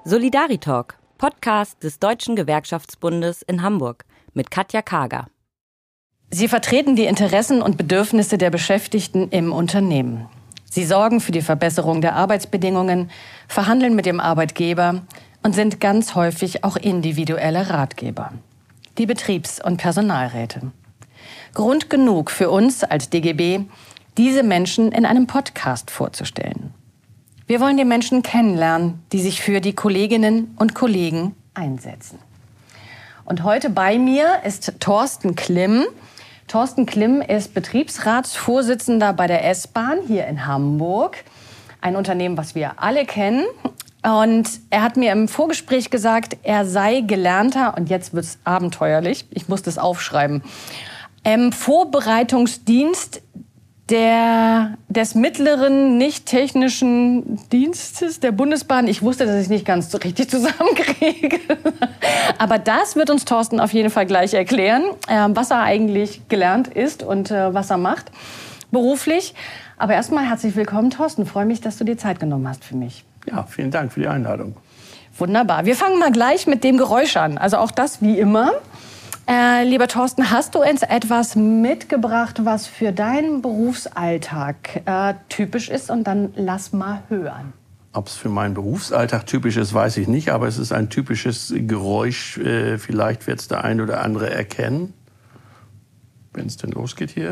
Solidaritalk, Podcast des Deutschen Gewerkschaftsbundes in Hamburg mit Katja Kager. Sie vertreten die Interessen und Bedürfnisse der Beschäftigten im Unternehmen. Sie sorgen für die Verbesserung der Arbeitsbedingungen, verhandeln mit dem Arbeitgeber und sind ganz häufig auch individuelle Ratgeber. Die Betriebs- und Personalräte. Grund genug für uns als DGB, diese Menschen in einem Podcast vorzustellen. Wir wollen die Menschen kennenlernen, die sich für die Kolleginnen und Kollegen einsetzen. Und heute bei mir ist Thorsten Klimm. Thorsten Klimm ist Betriebsratsvorsitzender bei der S-Bahn hier in Hamburg. Ein Unternehmen, was wir alle kennen. Und er hat mir im Vorgespräch gesagt, er sei gelernter, und jetzt wird es abenteuerlich, ich muss das aufschreiben, Vorbereitungsdienst des mittleren nicht-technischen Dienstes der Bundesbahn. Ich wusste, dass ich es nicht ganz so richtig zusammenkriege. Aber das wird uns Thorsten auf jeden Fall gleich erklären, was er eigentlich gelernt ist und was er macht beruflich. Aber erstmal herzlich willkommen, Thorsten. Ich freue mich, dass du dir Zeit genommen hast für mich. Ja, vielen Dank für die Einladung. Wunderbar. Wir fangen mal gleich mit dem Geräusch an. Also auch das wie immer. Lieber Thorsten, hast du uns etwas mitgebracht, was für deinen Berufsalltag typisch ist? Und dann lass mal hören. Ob es für meinen Berufsalltag typisch ist, weiß ich nicht. Aber es ist ein typisches Geräusch. Vielleicht wird es der ein oder andere erkennen. Wenn es denn losgeht hier.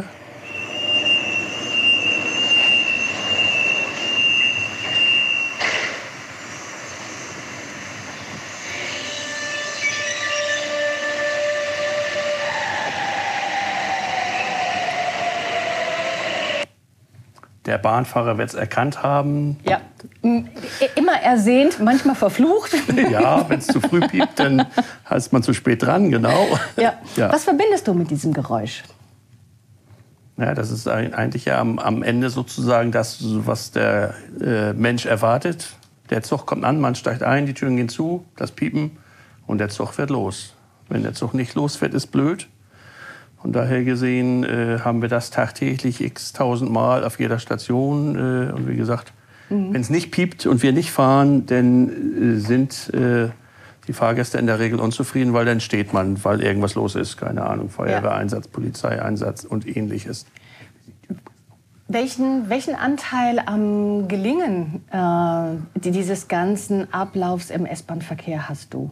Der Bahnfahrer wird es erkannt haben. Ja, immer ersehnt, manchmal verflucht. Ja, wenn es zu früh piept, dann ist man zu spät dran, genau. Ja. Ja. Was verbindest du mit diesem Geräusch? Ja, das ist eigentlich ja am Ende sozusagen das, was der Mensch erwartet. Der Zug kommt an, man steigt ein, die Türen gehen zu, das Piepen und der Zug fährt los. Wenn der Zug nicht losfährt, ist blöd. Von daher gesehen haben wir das tagtäglich x-tausend Mal auf jeder Station. Und wie gesagt, wenn es nicht piept und wir nicht fahren, dann sind die Fahrgäste in der Regel unzufrieden, weil dann steht man, weil irgendwas los ist. Keine Ahnung, Feuerwehreinsatz, Polizeieinsatz und Ähnliches. Welchen Anteil am Gelingen dieses ganzen Ablaufs im S-Bahn-Verkehr hast du?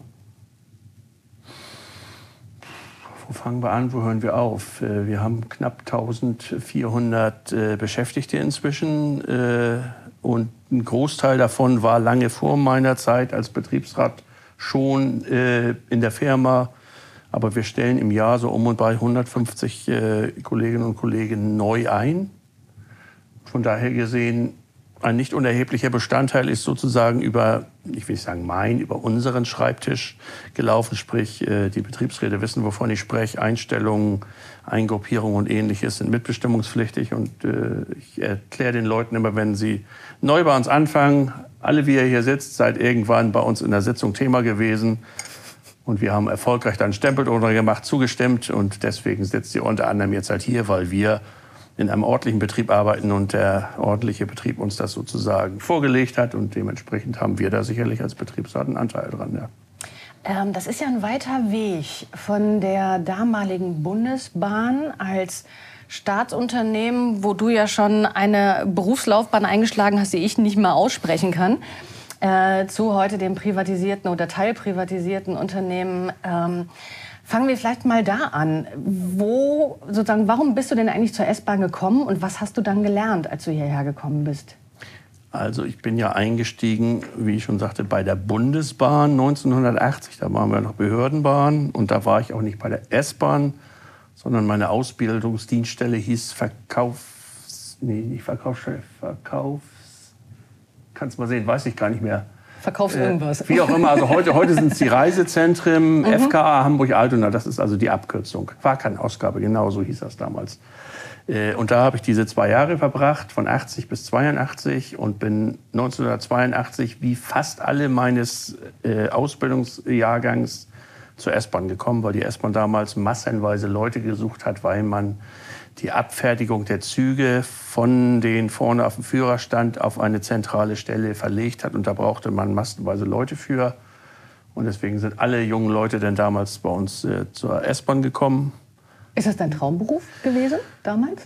Wo fangen wir an, wo hören wir auf? Wir haben knapp 1400 Beschäftigte inzwischen und ein Großteil davon war lange vor meiner Zeit als Betriebsrat schon in der Firma. Aber wir stellen im Jahr so um und bei 150 Kolleginnen und Kollegen neu ein. Von daher gesehen, ein nicht unerheblicher Bestandteil ist sozusagen über unseren Schreibtisch gelaufen. Sprich, die Betriebsräte wissen, wovon ich spreche. Einstellungen, Eingruppierungen und Ähnliches sind mitbestimmungspflichtig. Und ich erkläre den Leuten immer, wenn sie neu bei uns anfangen, alle, wie ihr hier sitzt, seid irgendwann bei uns in der Sitzung Thema gewesen. Und wir haben erfolgreich dann Stempel drunter gemacht, zugestimmt. Und deswegen sitzt ihr unter anderem jetzt halt hier, weil wir in einem ordentlichen Betrieb arbeiten und der ordentliche Betrieb uns das sozusagen vorgelegt hat. Und dementsprechend haben wir da sicherlich als Betriebsrat einen Anteil dran. Ja. Das ist ja ein weiter Weg von der damaligen Bundesbahn als Staatsunternehmen, wo du ja schon eine Berufslaufbahn eingeschlagen hast, die ich nicht mal aussprechen kann, zu heute dem privatisierten oder teilprivatisierten Unternehmen. Fangen wir vielleicht mal da an. Warum bist du denn eigentlich zur S-Bahn gekommen und was hast du dann gelernt, als du hierher gekommen bist? Also ich bin ja eingestiegen, wie ich schon sagte, bei der Bundesbahn 1980. Da waren wir noch Behördenbahn und da war ich auch nicht bei der S-Bahn, sondern meine Ausbildungsdienststelle hieß kannst mal sehen, weiß ich gar nicht mehr. Verkaufst irgendwas. Wie auch immer, also heute sind es die Reisezentren, FKA Hamburg-Altona, das ist also die Abkürzung. Fahrkartenausgabe, genau so hieß das damals. Und da habe ich diese 2 Jahre verbracht, von 80 bis 82 und bin 1982 wie fast alle meines Ausbildungsjahrgangs zur S-Bahn gekommen, weil die S-Bahn damals massenweise Leute gesucht hat, weil man die Abfertigung der Züge von den vorne auf dem Führerstand auf eine zentrale Stelle verlegt hat. Und da brauchte man massenweise Leute für. Und deswegen sind alle jungen Leute dann damals bei uns zur S-Bahn gekommen. Ist das dein Traumberuf gewesen damals?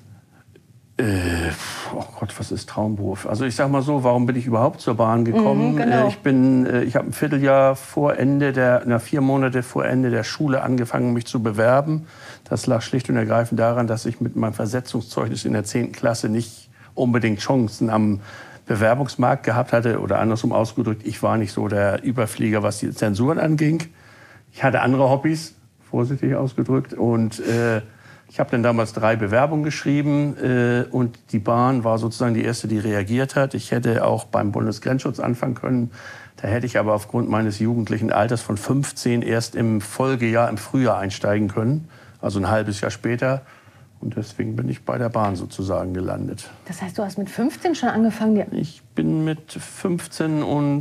Oh Gott, was ist Traumberuf? Also ich sag mal so, warum bin ich überhaupt zur Bahn gekommen? Genau. Ich habe ein Vierteljahr vor Ende 4 Monate vor Ende der Schule angefangen, mich zu bewerben. Das lag schlicht und ergreifend daran, dass ich mit meinem Versetzungszeugnis in der 10. Klasse nicht unbedingt Chancen am Bewerbungsmarkt gehabt hatte. Oder andersrum ausgedrückt, ich war nicht so der Überflieger, was die Zensuren anging. Ich hatte andere Hobbys, vorsichtig ausgedrückt. Und ich habe dann damals 3 Bewerbungen geschrieben und die Bahn war sozusagen die erste, die reagiert hat. Ich hätte auch beim Bundesgrenzschutz anfangen können. Da hätte ich aber aufgrund meines jugendlichen Alters von 15 erst im Folgejahr, im Frühjahr einsteigen können. Also ein halbes Jahr später. Und deswegen bin ich bei der Bahn sozusagen gelandet. Das heißt, du hast mit 15 schon angefangen? Ich bin mit 15 und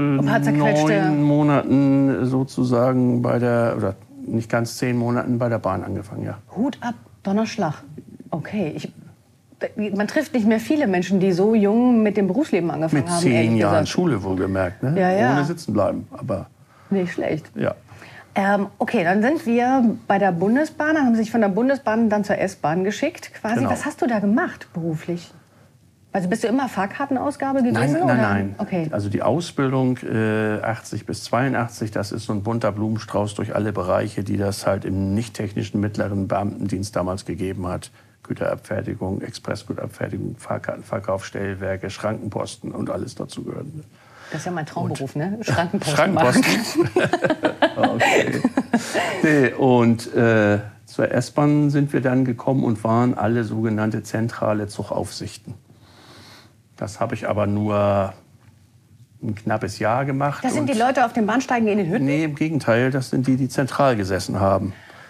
9 Monaten sozusagen oder nicht ganz 10 Monaten bei der Bahn angefangen, ja. Hut ab, Donnerschlag. Okay, man trifft nicht mehr viele Menschen, die so jung mit dem Berufsleben angefangen haben. Mit 10 Jahren Schule wohlgemerkt, ne? Ja. Ohne sitzen bleiben, aber... Nicht schlecht. Ja. Okay, dann sind wir bei der Bundesbahn, dann haben Sie sich von der Bundesbahn dann zur S-Bahn geschickt quasi. Genau. Was hast du da gemacht beruflich? Also bist du immer Fahrkartenausgabe gewesen? Nein. Okay. Also die Ausbildung 80 bis 82, das ist so ein bunter Blumenstrauß durch alle Bereiche, die das halt im nicht-technischen mittleren Beamtendienst damals gegeben hat. Güterabfertigung, Expressgutabfertigung, Fahrkartenverkauf, Stellwerke, Schrankenposten und alles dazu gehört. Das ist ja mein Traumberuf, ne? Schrankenposten. Schrankenposten? Okay. Nee, und zur S-Bahn sind wir dann gekommen und waren alle sogenannte zentrale Zugaufsichten. Das habe ich aber nur ein knappes Jahr gemacht. Das sind die Leute auf den Bahnsteigen in den Hütten? Nee, im Gegenteil, das sind die, die zentral gesessen haben.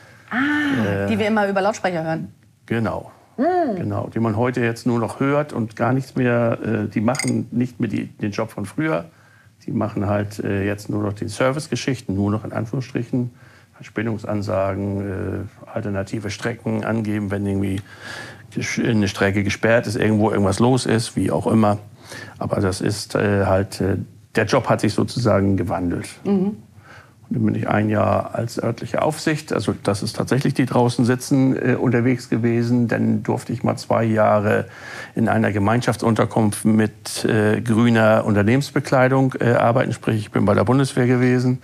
Die wir immer über Lautsprecher hören. Genau. Genau, die man heute jetzt nur noch hört und gar nichts mehr, die machen nicht mehr den Job von früher. Die machen halt jetzt nur noch die Servicegeschichten, nur noch in Anführungsstrichen. Verspätungsansagen, alternative Strecken angeben, wenn irgendwie eine Strecke gesperrt ist, irgendwo irgendwas los ist, wie auch immer. Aber das ist der Job hat sich sozusagen gewandelt. Und dann bin ich ein Jahr als örtliche Aufsicht, also das ist tatsächlich die draußen sitzen, unterwegs gewesen. Dann durfte ich mal 2 Jahre in einer Gemeinschaftsunterkunft mit grüner Unternehmensbekleidung arbeiten, sprich ich bin bei der Bundeswehr gewesen.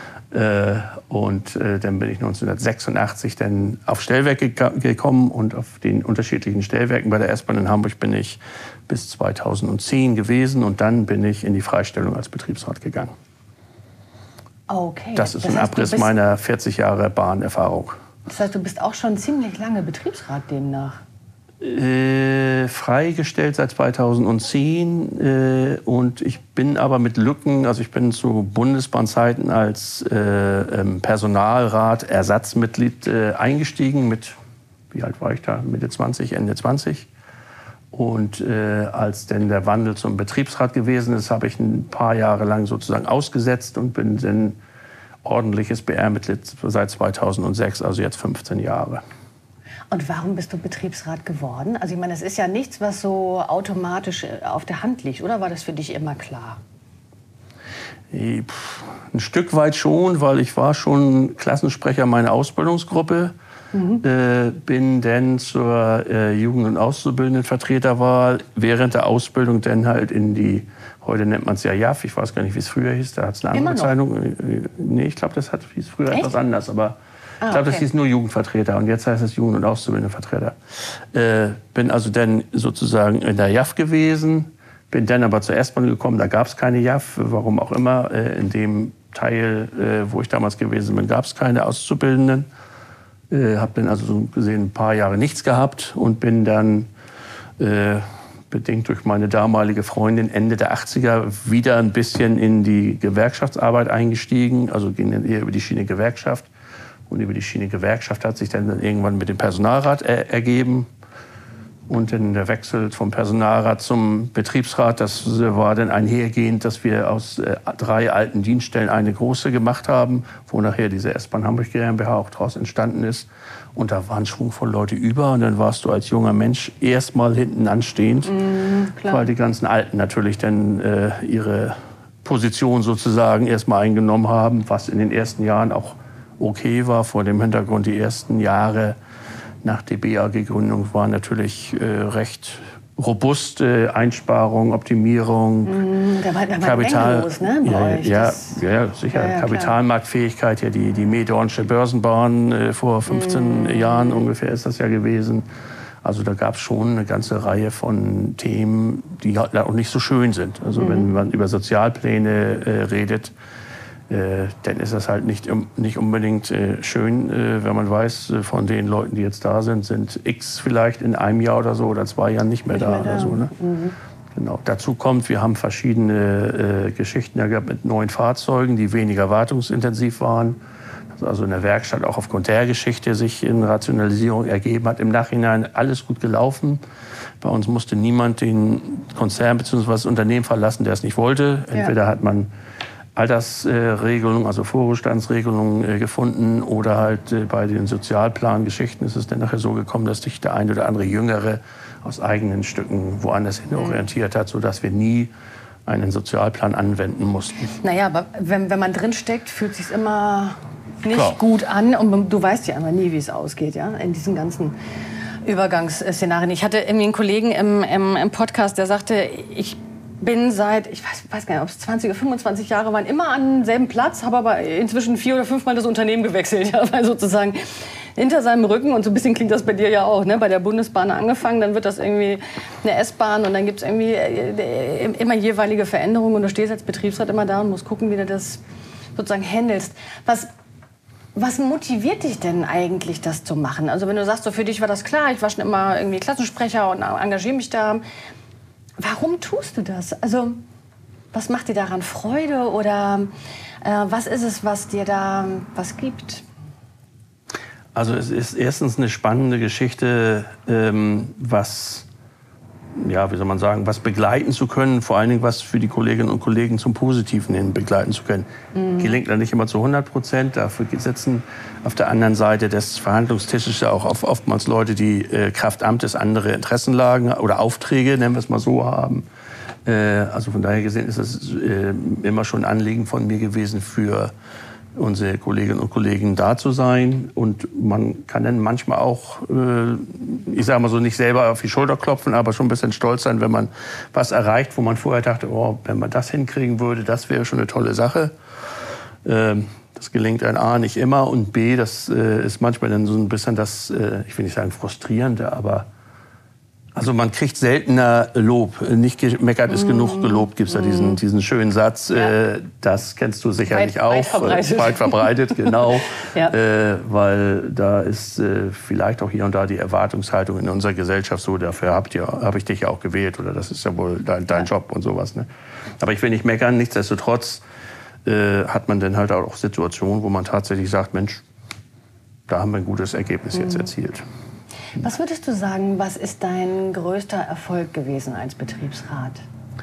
Und dann bin ich 1986 dann auf Stellwerke gekommen und auf den unterschiedlichen Stellwerken bei der S-Bahn in Hamburg bin ich bis 2010 gewesen und dann bin ich in die Freistellung als Betriebsrat gegangen. Okay. Das ist ein Abriss meiner 40 Jahre Bahnerfahrung. Das heißt, du bist auch schon ziemlich lange Betriebsrat demnach? Freigestellt seit 2010 und ich bin aber mit Lücken, also ich bin zu Bundesbahnzeiten als Personalrat, Ersatzmitglied eingestiegen mit, wie alt war ich da, Mitte 20, Ende 20. Und als dann der Wandel zum Betriebsrat gewesen ist, habe ich ein paar Jahre lang sozusagen ausgesetzt und bin dann ordentliches BR-Mitglied seit 2006, also jetzt 15 Jahre. Und warum bist du Betriebsrat geworden? Also ich meine, das ist ja nichts, was so automatisch auf der Hand liegt, oder war das für dich immer klar? Ein Stück weit schon, weil ich war schon Klassensprecher meiner Ausbildungsgruppe. Bin dann zur Jugend- und Auszubildendenvertreterwahl während der Ausbildung dann halt in die, heute nennt man es ja JAF, ich weiß gar nicht, wie es früher hieß, da hat es eine andere Bezeichnung. Nee, ich glaube, das hieß früher etwas anders, aber ich glaube, das hieß nur Jugendvertreter und jetzt heißt es Jugend- und Auszubildendenvertreter. Bin also dann sozusagen in der JAF gewesen, bin dann aber zur S-Bahn gekommen, da gab es keine JAF, warum auch immer. In dem Teil, wo ich damals gewesen bin, gab es keine Auszubildenden. Habe dann also so gesehen ein paar Jahre nichts gehabt und bin dann bedingt durch meine damalige Freundin Ende der 80er wieder ein bisschen in die Gewerkschaftsarbeit eingestiegen, also ging dann eher über die Schiene Gewerkschaft. Und über die Schiene Gewerkschaft hat sich dann irgendwann mit dem Personalrat ergeben. Und dann der Wechsel vom Personalrat zum Betriebsrat, das war dann einhergehend, dass wir aus 3 alten Dienststellen eine große gemacht haben, wo nachher diese S-Bahn Hamburg GmbH auch daraus entstanden ist. Und da waren schwungvoll Leute über und dann warst du als junger Mensch erstmal hinten anstehend, weil die ganzen Alten natürlich dann ihre Position sozusagen erstmal eingenommen haben, was in den ersten Jahren auch okay war, vor dem Hintergrund die ersten Jahre nach der BAG-Gründung war natürlich recht robuste Einsparung, Optimierung, Da war Kapital, los, ne, bei euch. ja, sicher. Ja, Kapitalmarktfähigkeit, ja, die Meedornsche Börsenbahn vor 15 Jahren ungefähr ist das ja gewesen. Also da gab es schon eine ganze Reihe von Themen, die halt auch nicht so schön sind. Also wenn man über Sozialpläne redet, dann ist das halt nicht unbedingt schön, wenn man weiß, von den Leuten, die jetzt da sind, sind X vielleicht in einem Jahr oder so oder 2 Jahren nicht mehr da. Oder so, ne? Genau. Dazu kommt, wir haben verschiedene Geschichten ja gehabt mit neuen Fahrzeugen, die weniger wartungsintensiv waren. Das also in der Werkstatt auch aufgrund der Geschichte sich in Rationalisierung ergeben hat. Im Nachhinein alles gut gelaufen. Bei uns musste niemand den Konzern bzw. das Unternehmen verlassen, der es nicht wollte. Entweder hat man Altersregelungen, also Vorruhestandsregelungen gefunden oder halt bei den Sozialplangeschichten ist es dann nachher so gekommen, dass sich der ein oder andere Jüngere aus eigenen Stücken woanders hin orientiert hat, sodass wir nie einen Sozialplan anwenden mussten. Naja, aber wenn man drin steckt, fühlt es sich immer nicht gut an und du weißt ja immer nie, wie es ausgeht, ja, in diesen ganzen Übergangsszenarien. Ich hatte irgendwie einen Kollegen im Podcast, der sagte, ich bin seit, ich weiß gar nicht, ob es 20 oder 25 Jahre waren, immer an demselben Platz, habe aber inzwischen 4 oder 5 Mal das Unternehmen gewechselt, ja, weil sozusagen hinter seinem Rücken, und so ein bisschen klingt das bei dir ja auch, ne, bei der Bundesbahn angefangen, dann wird das irgendwie eine S-Bahn und dann gibt es irgendwie immer jeweilige Veränderungen und du stehst als Betriebsrat immer da und musst gucken, wie du das sozusagen handelst. Was motiviert dich denn eigentlich, das zu machen? Also wenn du sagst, so für dich war das klar, ich war schon immer irgendwie Klassensprecher und engagiere mich da. Warum tust du das? Also was macht dir daran Freude oder was ist es, was dir da was gibt? Also es ist erstens eine spannende Geschichte, was begleiten zu können, vor allen Dingen was für die Kolleginnen und Kollegen zum Positiven hin begleiten zu können. Gelingt dann nicht immer zu 100%, dafür sitzen auf der anderen Seite des Verhandlungstisches ja auch oftmals Leute, die Kraft Amtes andere Interessenlagen oder Aufträge, nennen wir es mal so, haben. Also von daher gesehen ist es immer schon ein Anliegen von mir gewesen, für unsere Kolleginnen und Kollegen da zu sein. Und man kann dann manchmal auch, ich sage mal so, nicht selber auf die Schulter klopfen, aber schon ein bisschen stolz sein, wenn man was erreicht, wo man vorher dachte, oh, wenn man das hinkriegen würde, das wäre schon eine tolle Sache. Das gelingt ein A nicht immer und B, das ist manchmal dann so ein bisschen das, ich will nicht sagen frustrierende, aber also man kriegt seltener Lob. Nicht gemeckert ist genug gelobt, gibt es ja diesen schönen Satz. Ja. Das kennst du sicherlich auch. Weit verbreitet, genau. Ja. Weil da ist vielleicht auch hier und da die Erwartungshaltung in unserer Gesellschaft so, dafür hab ich dich ja auch gewählt oder das ist ja wohl dein Job und sowas. Ne? Aber ich will nicht meckern, nichtsdestotrotz hat man dann halt auch Situationen, wo man tatsächlich sagt, Mensch, da haben wir ein gutes Ergebnis jetzt erzielt. Was würdest du sagen, was ist dein größter Erfolg gewesen als Betriebsrat?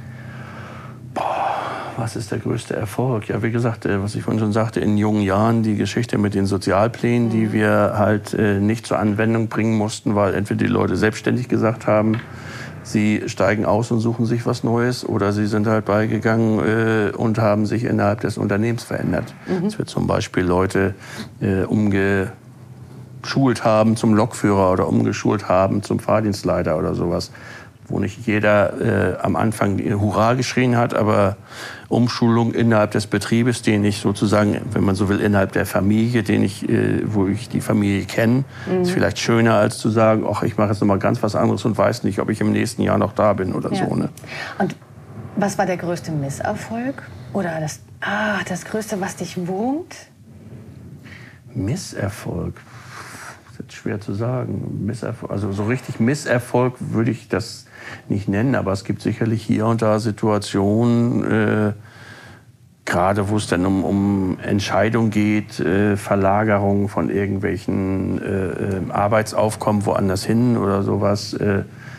Was ist der größte Erfolg? Ja, wie gesagt, was ich vorhin schon sagte, in jungen Jahren die Geschichte mit den Sozialplänen, die wir halt nicht zur Anwendung bringen mussten, weil entweder die Leute selbstständig gesagt haben, sie steigen aus und suchen sich was Neues oder sie sind halt beigegangen und haben sich innerhalb des Unternehmens verändert. Dass wir zum Beispiel Leute umgeschult haben zum Lokführer oder umgeschult haben zum Fahrdienstleiter oder sowas, wo nicht jeder am Anfang Hurra geschrien hat, aber Umschulung innerhalb des Betriebes, den ich sozusagen, wenn man so will, innerhalb der Familie, wo ich die Familie kenne, ist vielleicht schöner als zu sagen, ach, ich mache jetzt noch mal ganz was anderes und weiß nicht, ob ich im nächsten Jahr noch da bin oder so. Ne? Und was war der größte Misserfolg oder das Größte, was dich wurmt? Misserfolg? Das ist schwer zu sagen. Misserfolg, also so richtig Misserfolg würde ich das nicht nennen, aber es gibt sicherlich hier und da Situationen, gerade wo es dann um Entscheidungen geht, Verlagerung von irgendwelchen Arbeitsaufkommen woanders hin oder sowas,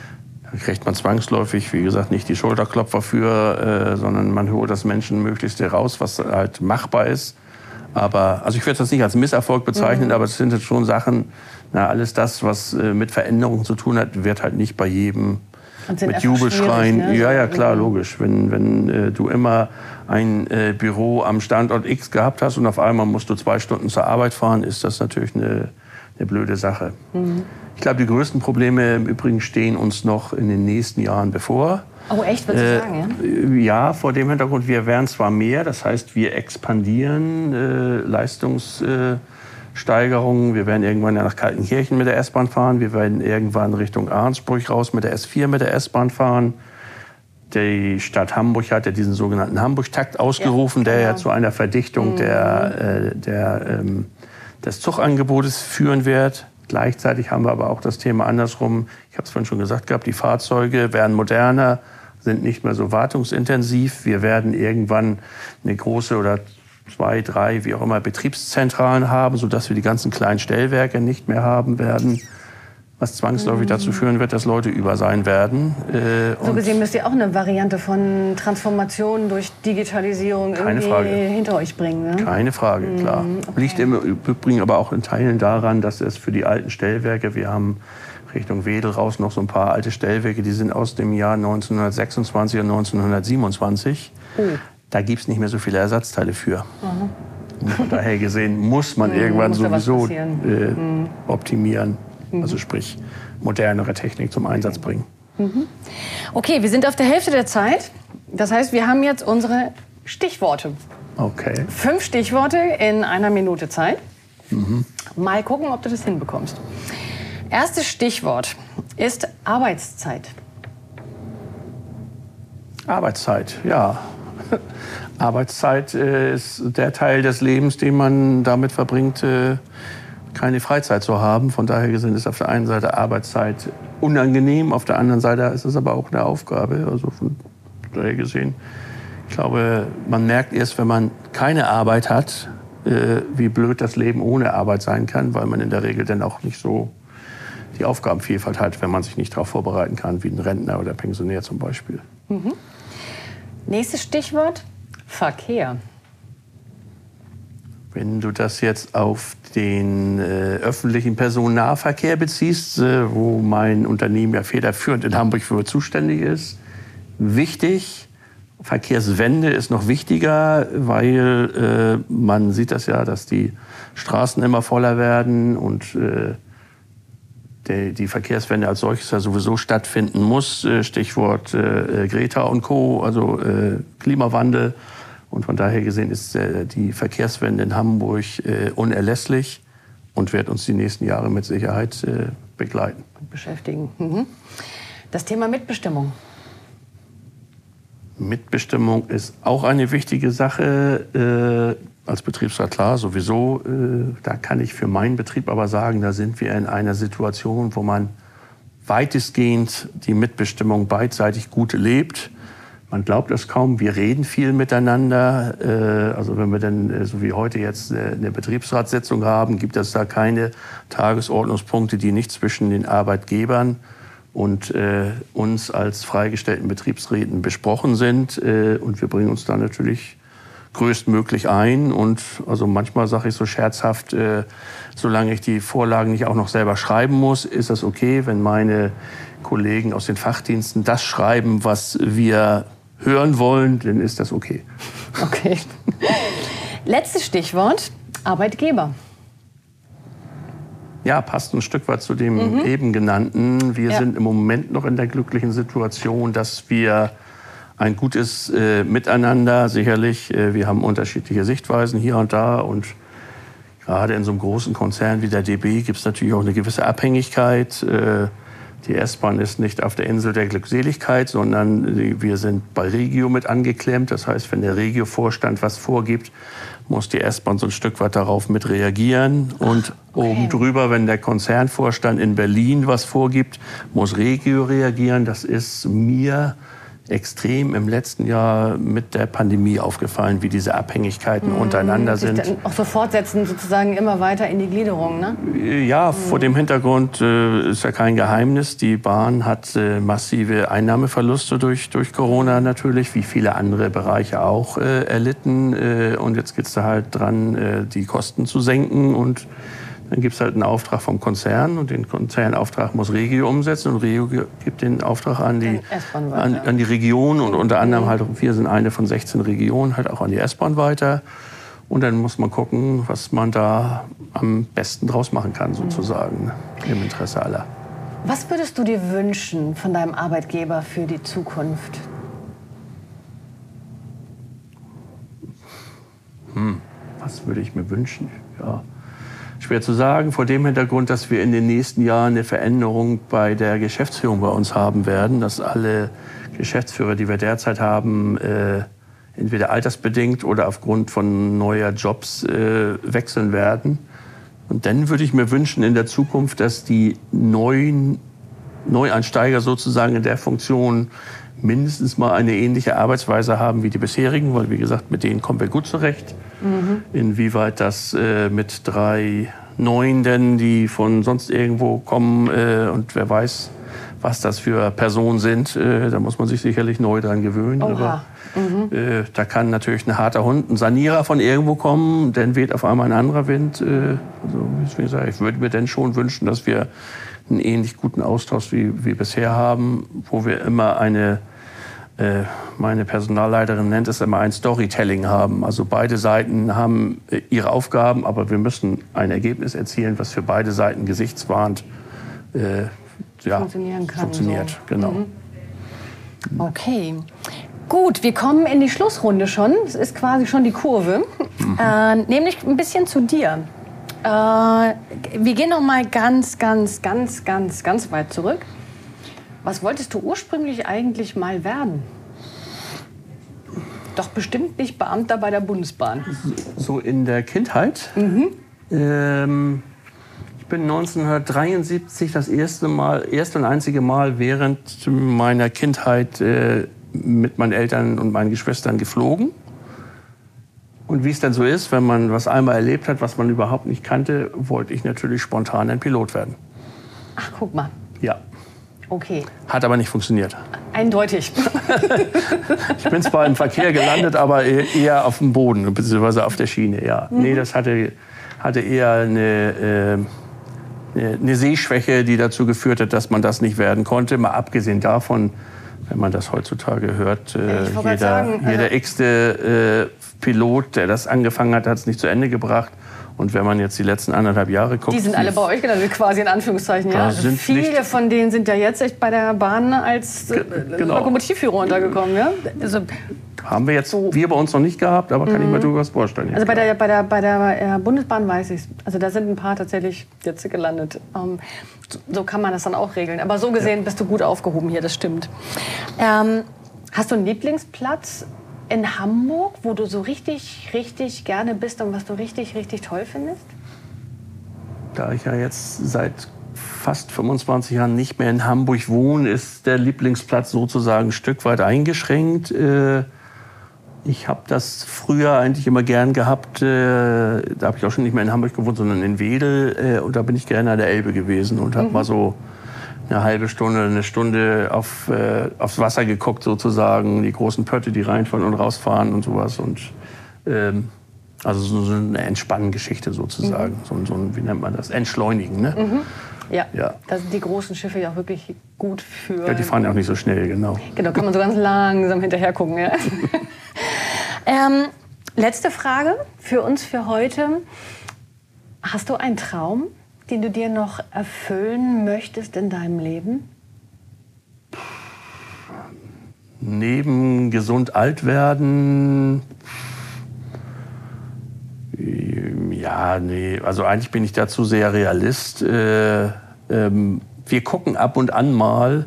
Da kriegt man zwangsläufig, wie gesagt, nicht die Schulterklopfer für, sondern man holt das Menschen möglichst heraus, was halt machbar ist. Aber, also ich würde das nicht als Misserfolg bezeichnen, aber es sind jetzt schon Sachen, alles das, was mit Veränderungen zu tun hat, wird halt nicht bei jedem mit Jubelschreien. Ne? Ja, klar, logisch. Wenn du immer ein Büro am Standort X gehabt hast und auf einmal musst du 2 Stunden zur Arbeit fahren, ist das natürlich eine blöde Sache. Ich glaube, die größten Probleme im Übrigen stehen uns noch in den nächsten Jahren bevor. Oh, echt, würdest du sagen, ja? Ja, vor dem Hintergrund, wir werden zwar mehr, das heißt, wir expandieren Leistungssteigerungen. Wir werden irgendwann nach Kaltenkirchen mit der S-Bahn fahren. Wir werden irgendwann Richtung Ahrensburg raus mit der S4 mit der S-Bahn fahren. Die Stadt Hamburg hat ja diesen sogenannten Hamburg-Takt ausgerufen, der ja zu einer Verdichtung des Zugangebotes führen wird. Gleichzeitig haben wir aber auch das Thema andersrum. Ich habe es vorhin schon gesagt gehabt, die Fahrzeuge werden moderner, sind nicht mehr so wartungsintensiv. Wir werden irgendwann eine große oder 2, 3, wie auch immer, Betriebszentralen haben, sodass wir die ganzen kleinen Stellwerke nicht mehr haben werden, was zwangsläufig dazu führen wird, dass Leute über sein werden. So gesehen müsst ihr auch eine Variante von Transformation durch Digitalisierung hinter euch bringen. Ne? Keine Frage, klar. Okay. Liegt im Übrigen aber auch in Teilen daran, dass es für die alten Stellwerke, wir haben Richtung Wedel raus noch so ein paar alte Stellwerke, die sind aus dem Jahr 1926 und 1927. Da gibt es nicht mehr so viele Ersatzteile für. Und von daher gesehen muss man irgendwann sowieso optimieren. Also sprich, modernere Technik zum Einsatz bringen. Okay, wir sind auf der Hälfte der Zeit. Das heißt, wir haben jetzt unsere Stichworte. Okay. 5 Stichworte in 1 Minute Zeit. Mal gucken, ob du das hinbekommst. Erstes Stichwort ist Arbeitszeit. Arbeitszeit, ja. Arbeitszeit ist der Teil des Lebens, den man damit verbringt, keine Freizeit zu haben. Von daher gesehen ist auf der einen Seite Arbeitszeit unangenehm, auf der anderen Seite ist es aber auch eine Aufgabe. Also von daher gesehen, ich glaube, man merkt erst, wenn man keine Arbeit hat, wie blöd das Leben ohne Arbeit sein kann, weil man in der Regel dann auch nicht so die Aufgabenvielfalt hat, wenn man sich nicht darauf vorbereiten kann, wie ein Rentner oder Pensionär zum Beispiel. Nächstes Stichwort, Verkehr. Wenn du das jetzt auf den öffentlichen Personennahverkehr beziehst, wo mein Unternehmen ja federführend in Hamburg für zuständig ist, wichtig. Verkehrswende ist noch wichtiger, weil man sieht das ja, dass die Straßen immer voller werden und die Verkehrswende als solches ja sowieso stattfinden muss. Stichwort Greta und Co., also Klimawandel. Und von daher gesehen ist die Verkehrswende in Hamburg unerlässlich und wird uns die nächsten Jahre mit Sicherheit begleiten. Beschäftigen. Das Thema Mitbestimmung. Mitbestimmung ist auch eine wichtige Sache. Als Betriebsrat klar, sowieso. Da kann ich für meinen Betrieb aber sagen, da sind wir in einer Situation, wo man weitestgehend die Mitbestimmung beidseitig gut lebt. Man glaubt es kaum, wir reden viel miteinander. Also wenn wir dann, so wie heute jetzt, eine Betriebsratssitzung haben, gibt es da keine Tagesordnungspunkte, die nicht zwischen den Arbeitgebern und uns als freigestellten Betriebsräten besprochen sind. Und wir bringen uns da natürlich größtmöglich ein. Und also manchmal sage ich so scherzhaft, solange ich die Vorlagen nicht auch noch selber schreiben muss, ist das okay, wenn meine Kollegen aus den Fachdiensten das schreiben, was wir hören wollen, dann ist das okay. Okay. Letztes Stichwort, Arbeitgeber. Ja, passt ein Stück weit zu dem eben genannten. Wir sind im Moment noch in der glücklichen Situation, dass wir ein gutes Miteinander, sicherlich, wir haben unterschiedliche Sichtweisen hier und da und gerade in so einem großen Konzern wie der DB gibt es natürlich auch eine gewisse Abhängigkeit. Die S-Bahn ist nicht auf der Insel der Glückseligkeit, sondern wir sind bei Regio mit angeklemmt. Das heißt, wenn der Regio-Vorstand was vorgibt, muss die S-Bahn so ein Stück weit darauf mit reagieren. Und oben drüber, wenn der Konzernvorstand in Berlin was vorgibt, muss Regio reagieren. Das ist mir extrem im letzten Jahr mit der Pandemie aufgefallen, wie diese Abhängigkeiten untereinander sind. Sich dann auch so fortsetzen, sozusagen immer weiter in die Gliederung, ne? Ja, vor dem Hintergrund ist ja kein Geheimnis. Die Bahn hat massive Einnahmeverluste durch Corona natürlich, wie viele andere Bereiche auch erlitten. Und jetzt geht es da halt dran, die Kosten zu senken. Und dann gibt es halt einen Auftrag vom Konzern und den Konzernauftrag muss Regio umsetzen und Regio gibt den Auftrag an die Region und unter anderem halt, wir sind eine von 16 Regionen, halt auch an die S-Bahn weiter. Und dann muss man gucken, was man da am besten draus machen kann, sozusagen, im Interesse aller. Was würdest du dir wünschen von deinem Arbeitgeber für die Zukunft? Was würde ich mir wünschen? Ja. Schwer zu sagen, vor dem Hintergrund, dass wir in den nächsten Jahren eine Veränderung bei der Geschäftsführung bei uns haben werden, dass alle Geschäftsführer, die wir derzeit haben, entweder altersbedingt oder aufgrund von neuer Jobs wechseln werden. Und dann würde ich mir wünschen in der Zukunft, dass die Neueinsteiger sozusagen in der Funktion mindestens mal eine ähnliche Arbeitsweise haben wie die bisherigen, weil, wie gesagt, mit denen kommen wir gut zurecht. Inwieweit das mit 3 Neuen, die von sonst irgendwo kommen und wer weiß, was das für Personen sind, da muss man sich sicherlich neu dran gewöhnen. Aber da kann natürlich ein harter Hund, ein Sanierer von irgendwo kommen, dann weht auf einmal ein anderer Wind. Also, ich würde mir dann schon wünschen, dass wir einen ähnlich guten Austausch wie bisher haben, wo wir immer meine Personalleiterin nennt es immer ein Storytelling haben. Also beide Seiten haben ihre Aufgaben, aber wir müssen ein Ergebnis erzielen, was für beide Seiten gesichtswahrend funktioniert. So. Genau. Okay. Gut, wir kommen in die Schlussrunde schon. Es ist quasi schon die Kurve. Nämlich ein bisschen zu dir. Wir gehen noch mal ganz weit zurück. Was wolltest du ursprünglich eigentlich mal werden? Doch bestimmt nicht Beamter bei der Bundesbahn. So in der Kindheit? Ich bin 1973 das erste und einzige Mal während meiner Kindheit mit meinen Eltern und meinen Geschwistern geflogen. Und wie es dann so ist, wenn man was einmal erlebt hat, was man überhaupt nicht kannte, wollte ich natürlich spontan ein Pilot werden. Ach, guck mal. Ja. Okay. Hat aber nicht funktioniert. Eindeutig. Ich bin zwar im Verkehr gelandet, aber eher auf dem Boden, beziehungsweise auf der Schiene, ja. Nee, das hatte eher eine Sehschwäche, die dazu geführt hat, dass man das nicht werden konnte. Mal abgesehen davon, wenn man das heutzutage hört, jeder x-te Pilot, der das angefangen hat, hat es nicht zu Ende gebracht. Und wenn man jetzt die letzten 1,5 Jahre guckt... Die sind alle bei euch gelandet, quasi in Anführungszeichen. Ja? Viele von denen sind ja jetzt echt bei der Bahn als Lokomotivführer untergekommen. Ja? Also, haben wir jetzt wir bei uns noch nicht gehabt, aber kann ich mir durchaus vorstellen. Also bei der Bundesbahn weiß ich es. Also da sind ein paar tatsächlich jetzt gelandet. So kann man das dann auch regeln. Aber so gesehen bist du gut aufgehoben hier, das stimmt. Hast du einen Lieblingsplatz in Hamburg, wo du so richtig gerne bist und was du richtig toll findest? Da ich ja jetzt seit fast 25 Jahren nicht mehr in Hamburg wohne, ist der Lieblingsplatz sozusagen ein Stück weit eingeschränkt. Ich habe das früher eigentlich immer gern gehabt. Da habe ich auch schon nicht mehr in Hamburg gewohnt, sondern in Wedel. Und da bin ich gerne an der Elbe gewesen und habe mal so eine halbe Stunde, eine Stunde aufs Wasser geguckt sozusagen. Die großen Pötte, die reinfahren und rausfahren und sowas. Und also so eine Entspannungsgeschichte sozusagen. So ein, wie nennt man das? Entschleunigen, ne? Ja, da sind die großen Schiffe ja auch wirklich gut für... Ja, die fahren ja auch nicht so schnell, genau. Genau, kann man so ganz langsam hinterher gucken. Ja. Letzte Frage für uns für heute. Hast du einen Traum, den du dir noch erfüllen möchtest in deinem Leben? Neben gesund alt werden... Ja, nee, also eigentlich bin ich dazu sehr Realist. Wir gucken ab und an mal,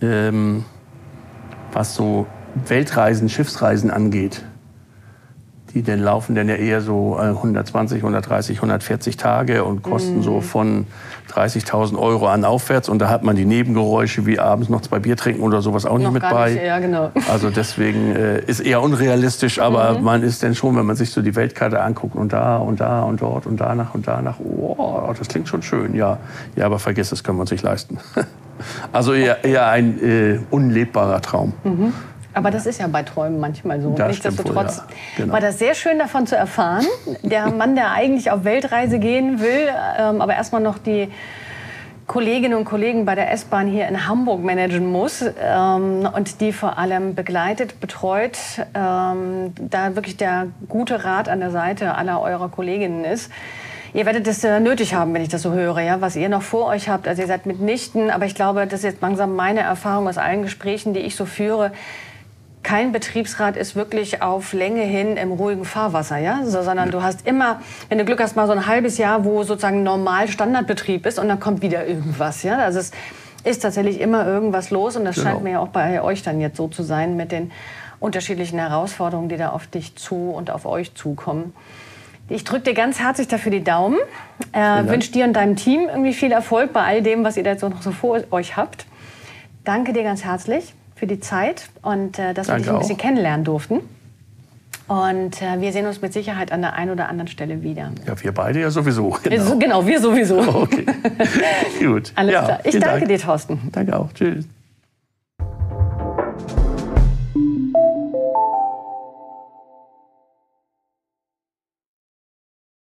was so Weltreisen, Schiffsreisen angeht. Die denn laufen dann ja eher so 120, 130, 140 Tage und kosten so von 30.000 Euro an aufwärts. Und da hat man die Nebengeräusche wie abends noch 2 Bier trinken oder sowas auch nicht mit bei. Nicht, ja, genau. Also deswegen ist eher unrealistisch, aber man ist dann schon, wenn man sich so die Weltkarte anguckt und da und da und dort und danach, oh, das klingt schon schön, ja. Ja, aber vergiss, das können wir uns nicht leisten. Also eher ein unlebbarer Traum. Aber das ist ja bei Träumen manchmal so. Nichtsdestotrotz ja. Genau. war das sehr schön davon zu erfahren. Der Mann, der eigentlich auf Weltreise gehen will, aber erstmal noch die Kolleginnen und Kollegen bei der S-Bahn hier in Hamburg managen muss und die vor allem begleitet, betreut, da wirklich der gute Rat an der Seite aller eurer Kolleginnen ist. Ihr werdet es nötig haben, wenn ich das so höre, ja, was ihr noch vor euch habt. Also ihr seid mitnichten, aber ich glaube, das ist jetzt langsam meine Erfahrung aus allen Gesprächen, die ich so führe. Kein Betriebsrat ist wirklich auf Länge hin im ruhigen Fahrwasser, ja? Sondern du hast immer, wenn du Glück hast, mal so ein halbes Jahr, wo sozusagen normal Standardbetrieb ist und dann kommt wieder irgendwas, ja? Also es ist tatsächlich immer irgendwas los und das scheint mir ja auch bei euch dann jetzt so zu sein mit den unterschiedlichen Herausforderungen, die da auf dich zu und auf euch zukommen. Ich drücke dir ganz herzlich dafür die Daumen, wünsche dir und deinem Team irgendwie viel Erfolg bei all dem, was ihr da jetzt noch so vor euch habt. Danke dir ganz herzlich für die Zeit und dass wir dich ein bisschen kennenlernen durften. Und wir sehen uns mit Sicherheit an der einen oder anderen Stelle wieder. Ja, wir beide ja sowieso. Genau, wir sowieso. Okay, gut. Alles klar. Ich danke dir, Thorsten. Danke auch. Tschüss.